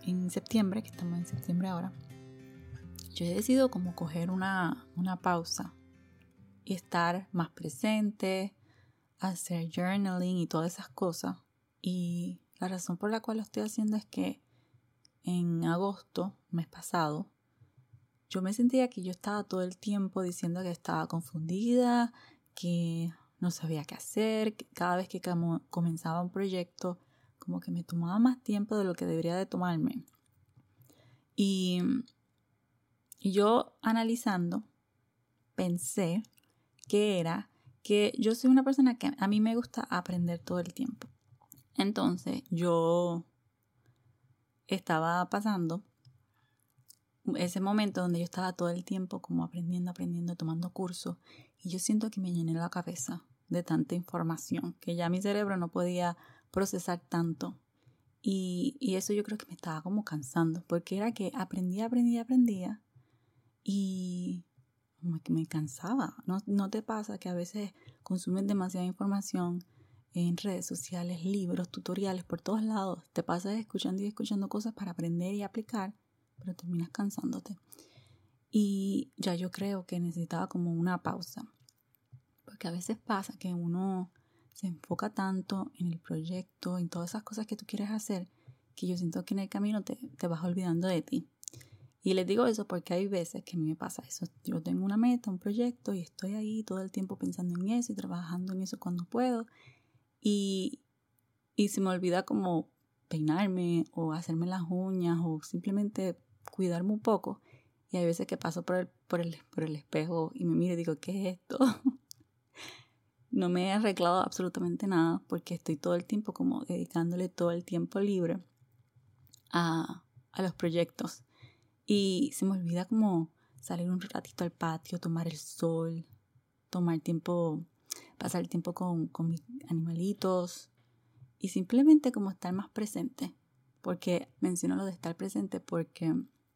en septiembre, que estamos en septiembre ahora, yo he decidido como coger una pausa y estar más presente, hacer journaling y todas esas cosas. Y la razón por la cual lo estoy haciendo es que en agosto, mes pasado, yo me sentía que yo estaba todo el tiempo diciendo que estaba confundida, que no sabía qué hacer, que cada vez que comenzaba un proyecto, como que me tomaba más tiempo de lo que debería de tomarme. Y yo analizando, pensé que era que yo soy una persona que a mí me gusta aprender todo el tiempo. Entonces yo estaba pasando ese momento donde yo estaba todo el tiempo como aprendiendo, tomando cursos, y yo siento que me llené la cabeza de tanta información que ya mi cerebro no podía procesar tanto. Y eso yo creo que me estaba como cansando, porque era que aprendía y me cansaba. ¿No te pasa que a veces consumes demasiada información en redes sociales, libros, tutoriales, por todos lados? Te pasas escuchando cosas para aprender y aplicar, pero terminas cansándote. Y ya yo creo que necesitaba como una pausa, porque a veces pasa que uno se enfoca tanto en el proyecto, en todas esas cosas que tú quieres hacer, que yo siento que en el camino te vas olvidando de ti. Y les digo eso porque hay veces que a mí me pasa eso. Yo tengo una meta, un proyecto, y estoy ahí todo el tiempo pensando en eso y trabajando en eso cuando puedo. Y se me olvida como peinarme o hacerme las uñas o simplemente cuidarme un poco. Y hay veces que paso por el espejo y me miro y digo, ¿qué es esto? No me he arreglado absolutamente nada porque estoy todo el tiempo como dedicándole todo el tiempo libre a los proyectos. Y se me olvida como salir un ratito al patio, tomar el sol, pasar el tiempo con mis animalitos y simplemente como estar más presente. Porque menciono lo de estar presente porque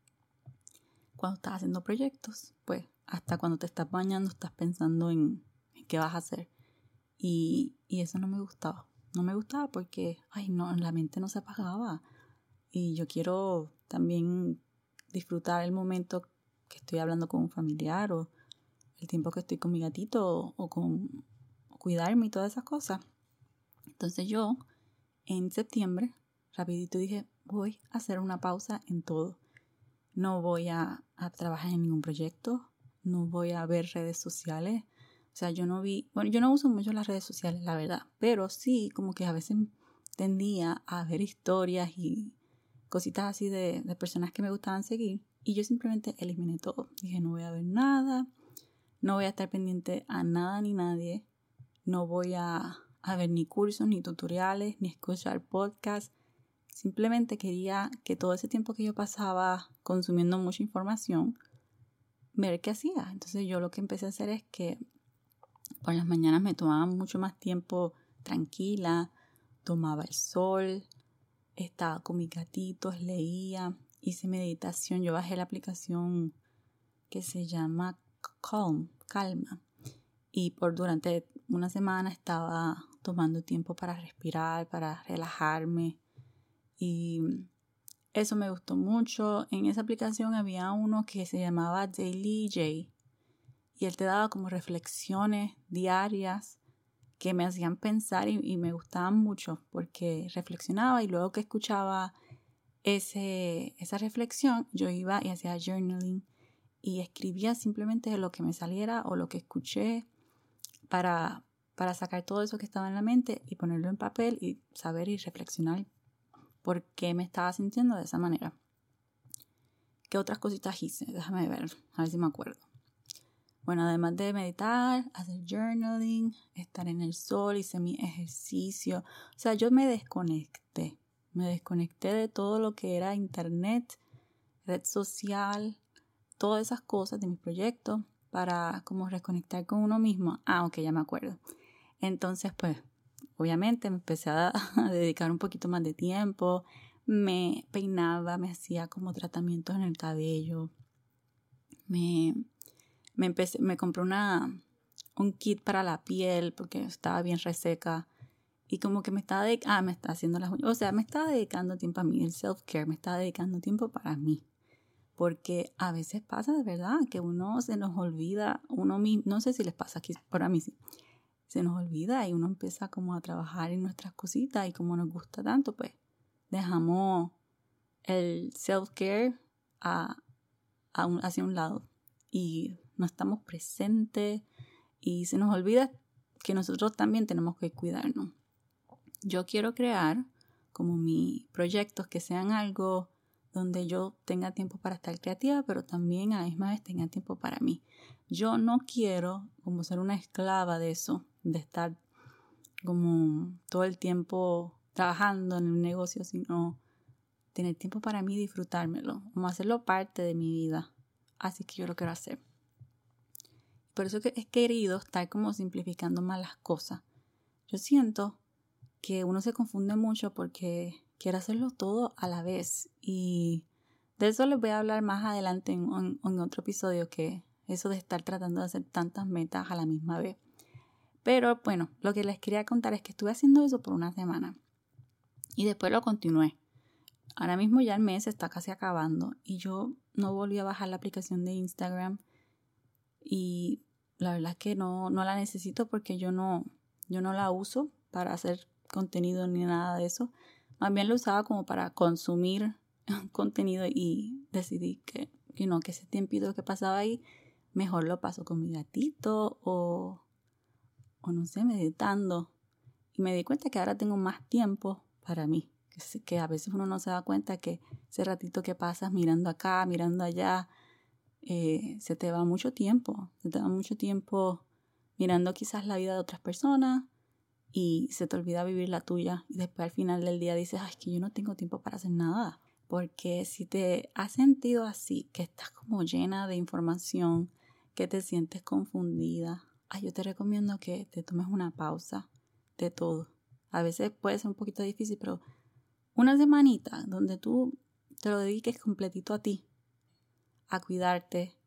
cuando estás haciendo proyectos, pues hasta cuando te estás bañando estás pensando en qué vas a hacer. Y eso no me gustaba. No me gustaba porque, la mente no se apagaba. Y yo quiero también disfrutar el momento que estoy hablando con un familiar o el tiempo que estoy con mi gatito o cuidarme y todas esas cosas. Entonces yo en septiembre rapidito dije, voy a hacer una pausa en todo. No voy a trabajar en ningún proyecto, no voy a ver redes sociales. O sea, yo no uso mucho las redes sociales, la verdad, pero sí como que a veces tendía a ver historias y cositas así de personas que me gustaban seguir, y yo simplemente eliminé todo. Dije, no voy a ver nada, no voy a estar pendiente a nada ni nadie, no voy a ver ni cursos, ni tutoriales, ni escuchar podcasts. Simplemente quería que todo ese tiempo que yo pasaba consumiendo mucha información, ver qué hacía. Entonces yo lo que empecé a hacer es que por las mañanas me tomaba mucho más tiempo tranquila, tomaba el sol, estaba con mis gatitos, leía, hice meditación. Yo bajé la aplicación que se llama Calma. Y durante una semana estaba tomando tiempo para respirar, para relajarme. Y eso me gustó mucho. En esa aplicación había uno que se llamaba Daily J. Y él te daba como reflexiones diarias que me hacían pensar y me gustaban mucho porque reflexionaba, y luego que escuchaba esa reflexión yo iba y hacía journaling y escribía simplemente de lo que me saliera o lo que escuché para sacar todo eso que estaba en la mente y ponerlo en papel y saber y reflexionar por qué me estaba sintiendo de esa manera. ¿Qué otras cositas hice? Déjame ver, a ver si me acuerdo. Bueno, además de meditar, hacer journaling, estar en el sol, hice mi ejercicio. O sea, yo me desconecté de todo lo que era internet, red social, todas esas cosas de mis proyectos para como reconectar con uno mismo. Ok, ya me acuerdo. Entonces, pues, obviamente me empecé a dedicar un poquito más de tiempo. Me peinaba, me hacía como tratamientos en el cabello. Me compré un kit para la piel porque estaba bien reseca Y como que me está haciendo las uñas. O sea, me está dedicando tiempo a mí. El self-care me está dedicando tiempo para mí. Porque a veces pasa de verdad que uno se nos olvida, uno mismo, no sé si les pasa aquí, pero a mí sí. Se nos olvida y uno empieza como a trabajar en nuestras cositas y como nos gusta tanto, pues dejamos el self-care hacia un lado y no estamos presentes y se nos olvida que nosotros también tenemos que cuidarnos. Yo quiero crear como mis proyectos que sean algo donde yo tenga tiempo para estar creativa, pero también a la misma vez tenga tiempo para mí. Yo no quiero como ser una esclava de eso, de estar como todo el tiempo trabajando en un negocio, sino tener tiempo para mí y disfrutármelo, como hacerlo parte de mi vida. Así que yo lo quiero hacer. Por eso que he querido estar como simplificando más las cosas. Yo siento que uno se confunde mucho porque quiere hacerlo todo a la vez. Y de eso les voy a hablar más adelante en otro episodio, que eso de estar tratando de hacer tantas metas a la misma vez. Pero bueno, lo que les quería contar es que estuve haciendo eso por una semana. Y después lo continué. Ahora mismo ya el mes se está casi acabando. Y yo no volví a bajar la aplicación de Instagram. Y la verdad es que no la necesito porque yo no la uso para hacer contenido ni nada de eso. Más bien lo usaba como para consumir contenido y decidí que ese tiempito que pasaba ahí mejor lo paso con mi gatito o no sé, meditando. Y me di cuenta que ahora tengo más tiempo para mí. Que a veces uno no se da cuenta que ese ratito que pasas mirando acá, mirando allá, se te va mucho tiempo. Se te va mucho tiempo mirando quizás la vida de otras personas y se te olvida vivir la tuya. Y después al final del día dices, ay, es que yo no tengo tiempo para hacer nada. Porque si te has sentido así, que estás como llena de información, que te sientes confundida, yo te recomiendo que te tomes una pausa de todo. A veces puede ser un poquito difícil, pero una semanita donde tú te lo dediques completito a ti, a cuidarte,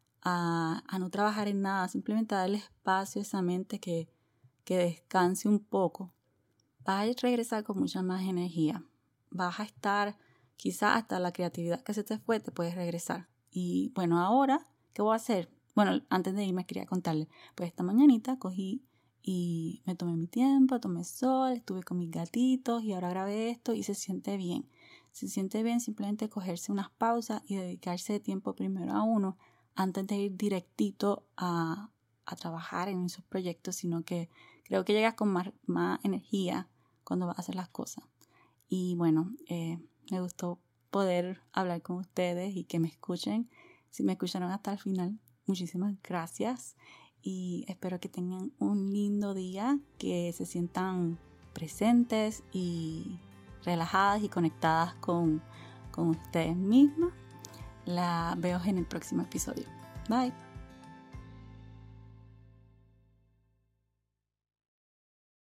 a no trabajar en nada, simplemente a darle espacio a esa mente que descanse un poco, vas a regresar con mucha más energía. Vas a estar, quizás hasta la creatividad que se te fue, te puedes regresar. Y bueno, ahora, ¿qué voy a hacer? Bueno, antes de irme quería contarles, pues esta mañanita cogí y me tomé mi tiempo, tomé sol, estuve con mis gatitos y ahora grabé esto y se siente bien. Se siente bien simplemente cogerse unas pausas y dedicarse tiempo primero a uno antes de ir directito a trabajar en esos proyectos, sino que creo que llegas con más energía cuando vas a hacer las cosas. Y bueno, me gustó poder hablar con ustedes y que me escuchen. Si me escucharon hasta el final, muchísimas gracias. Y espero que tengan un lindo día, que se sientan presentes y relajadas y conectadas con ustedes mismas. La veo en el próximo episodio. Bye.